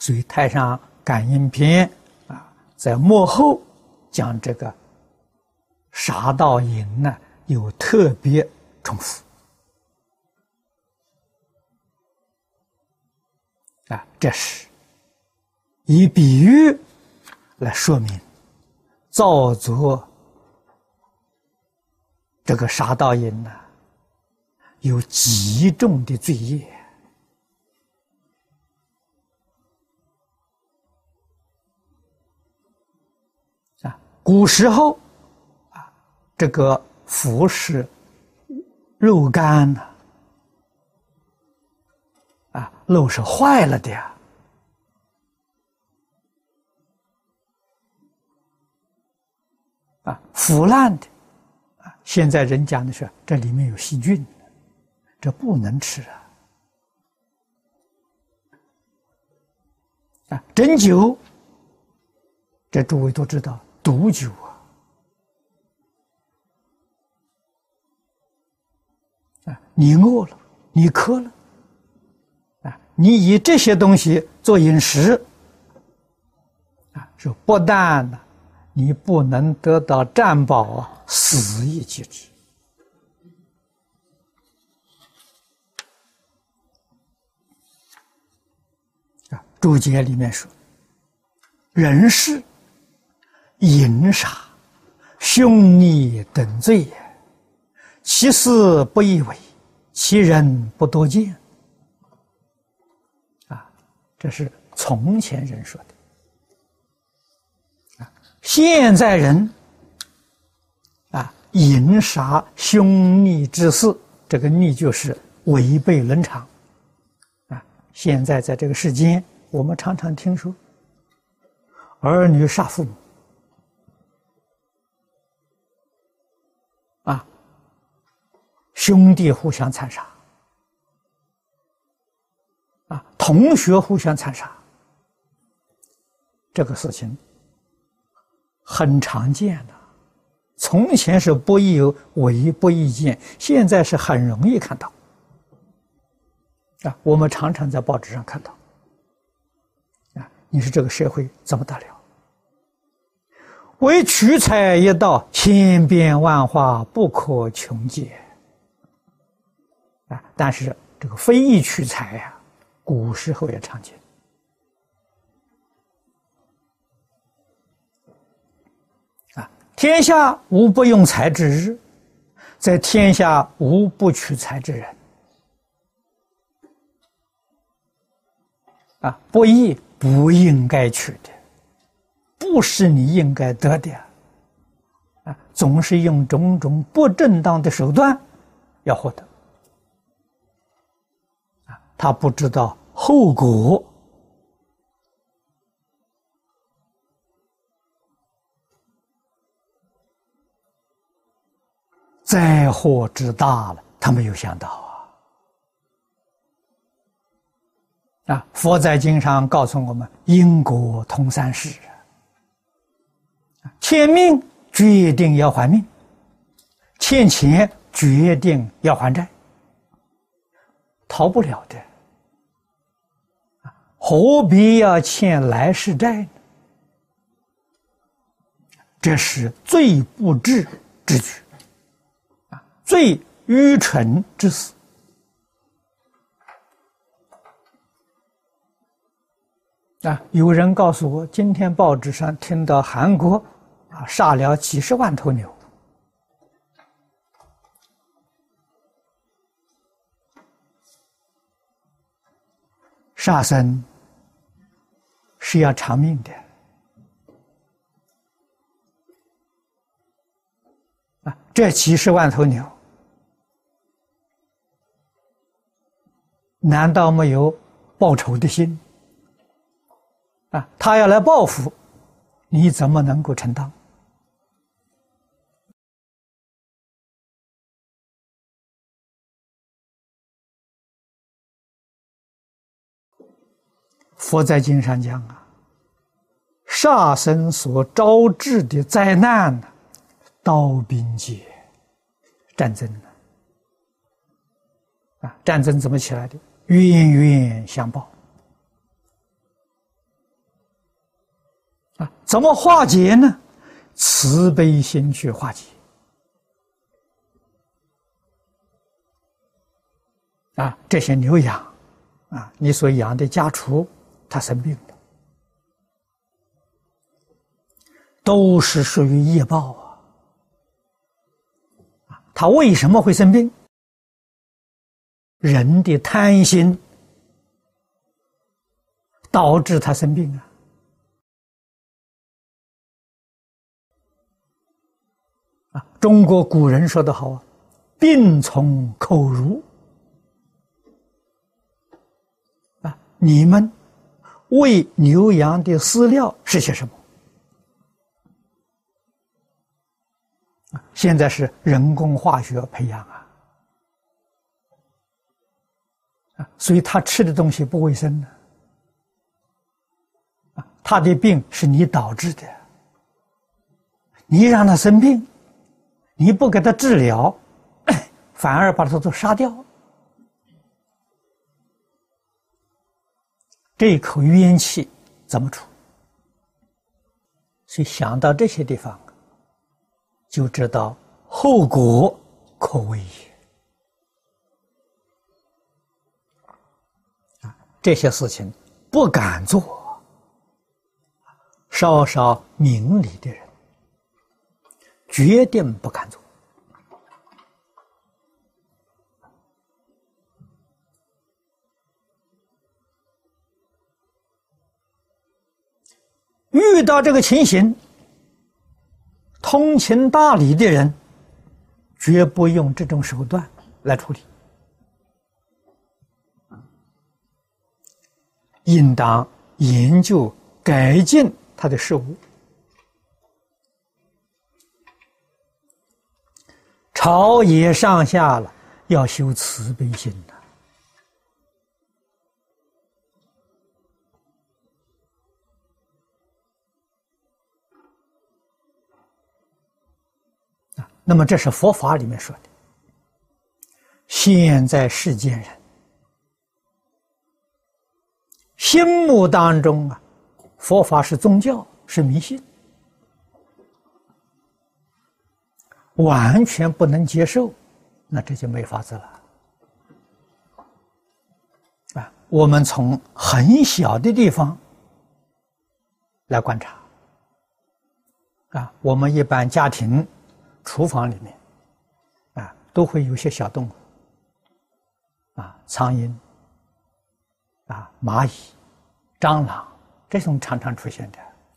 所以《太上感应篇》在末后讲这个杀盗淫呢，有特别重复这是以比喻来说明造作这个杀盗淫呢，有极重的罪业古时候这个腐食肉干呢肉是坏了的呀，腐烂的现在人讲的是这里面有细菌，这不能吃针灸，这诸位都知道，毒酒你饿了，你渴了你以这些东西做饮食是不但呢你不能得到占宝死亦及之注解里面说，人是淫杀、凶逆等罪也，其事不易为，其人不多见。这是从前人说的。现在人淫杀凶逆之事，这个逆就是违背伦常现在在这个世间，我们常常听说儿女杀父母兄弟互相残杀同学互相残杀，这个事情很常见的。从前是不易为不易见，现在是很容易看到我们常常在报纸上看到你说这个社会怎么得了？为取财一道，千变万化，不可穷解但是这个非义取财古时候也常见天下无不用财之日，在天下无不取财之人不义不应该取的，不是你应该得的总是用种种不正当的手段要获得他不知道后果灾祸之大了，他没有想到佛在经上告诉我们，因果通三世欠命决定要还命，欠钱决定要还债，逃不了的何必要欠来世债呢？这是最不智之举最愚蠢之事有人告诉我，今天报纸上听到韩国杀了几10万头牛杀生是要偿命的这几10万头牛难道没有报仇的心他要来报复，你怎么能够承担？佛在经上讲杀生所招致的灾难刀兵劫战争战争怎么起来的？冤冤相报怎么化解呢？慈悲心去化解。这些牛羊，你所养的家畜，它生病了，都是属于业报它为什么会生病？人的贪心导致他生病中国古人说得好病从口入你们喂牛羊的饲料是些什么？现在是人工化学培养所以他吃的东西不卫生他的病是你导致的，你让他生病，你不给他治疗，反而把他都杀掉。这一口冤气怎么除？所以想到这些地方，就知道后果可畏也。这些事情不敢做，稍稍明理的人决定不敢做。遇到这个情形，通情达理的人绝不用这种手段来处理，应当研究改进他的事物。朝野上下了，要修慈悲心那么这是佛法里面说的。现在世间人心目当中佛法是宗教，是迷信，完全不能接受，那这就没法子了。我们从很小的地方来观察，我们一般家庭厨房里面都会有些小动物苍蝇蚂蚁、蟑螂，这种常常出现的。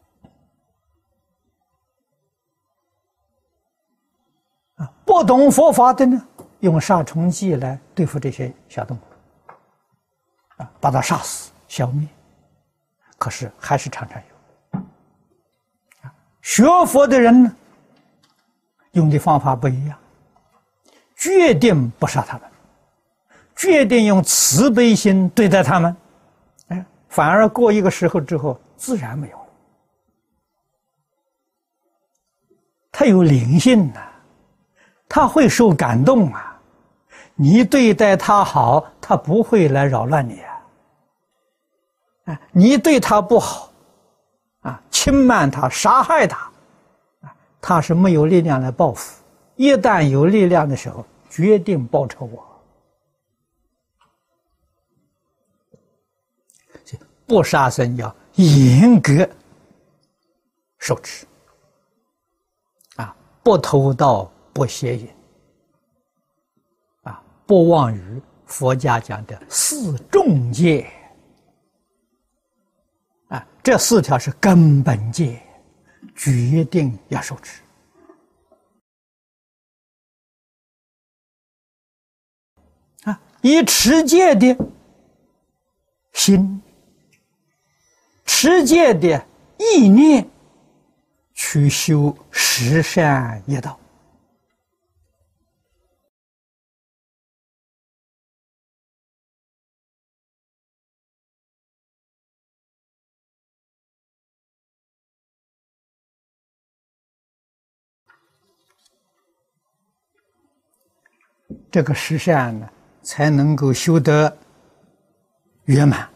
不懂佛法的呢，用杀虫剂来对付这些小动物把它杀死消灭，可是还是常常有。学佛的人呢，用的方法不一样，决定不杀他们，决定用慈悲心对待他们，反而过一个时候之后自然没有了。他有灵性他会受感动你对待他好，他不会来扰乱你你对他不好轻慢他、杀害他，他是没有力量来报复。一旦有力量的时候，决定报仇不杀生要严格受持不偷盗、不邪淫不妄语，佛家讲的四重戒这四条是根本戒，决定要受持以持戒的心、持戒的意念去修十善业道。这个十善呢，才能够修得圆满。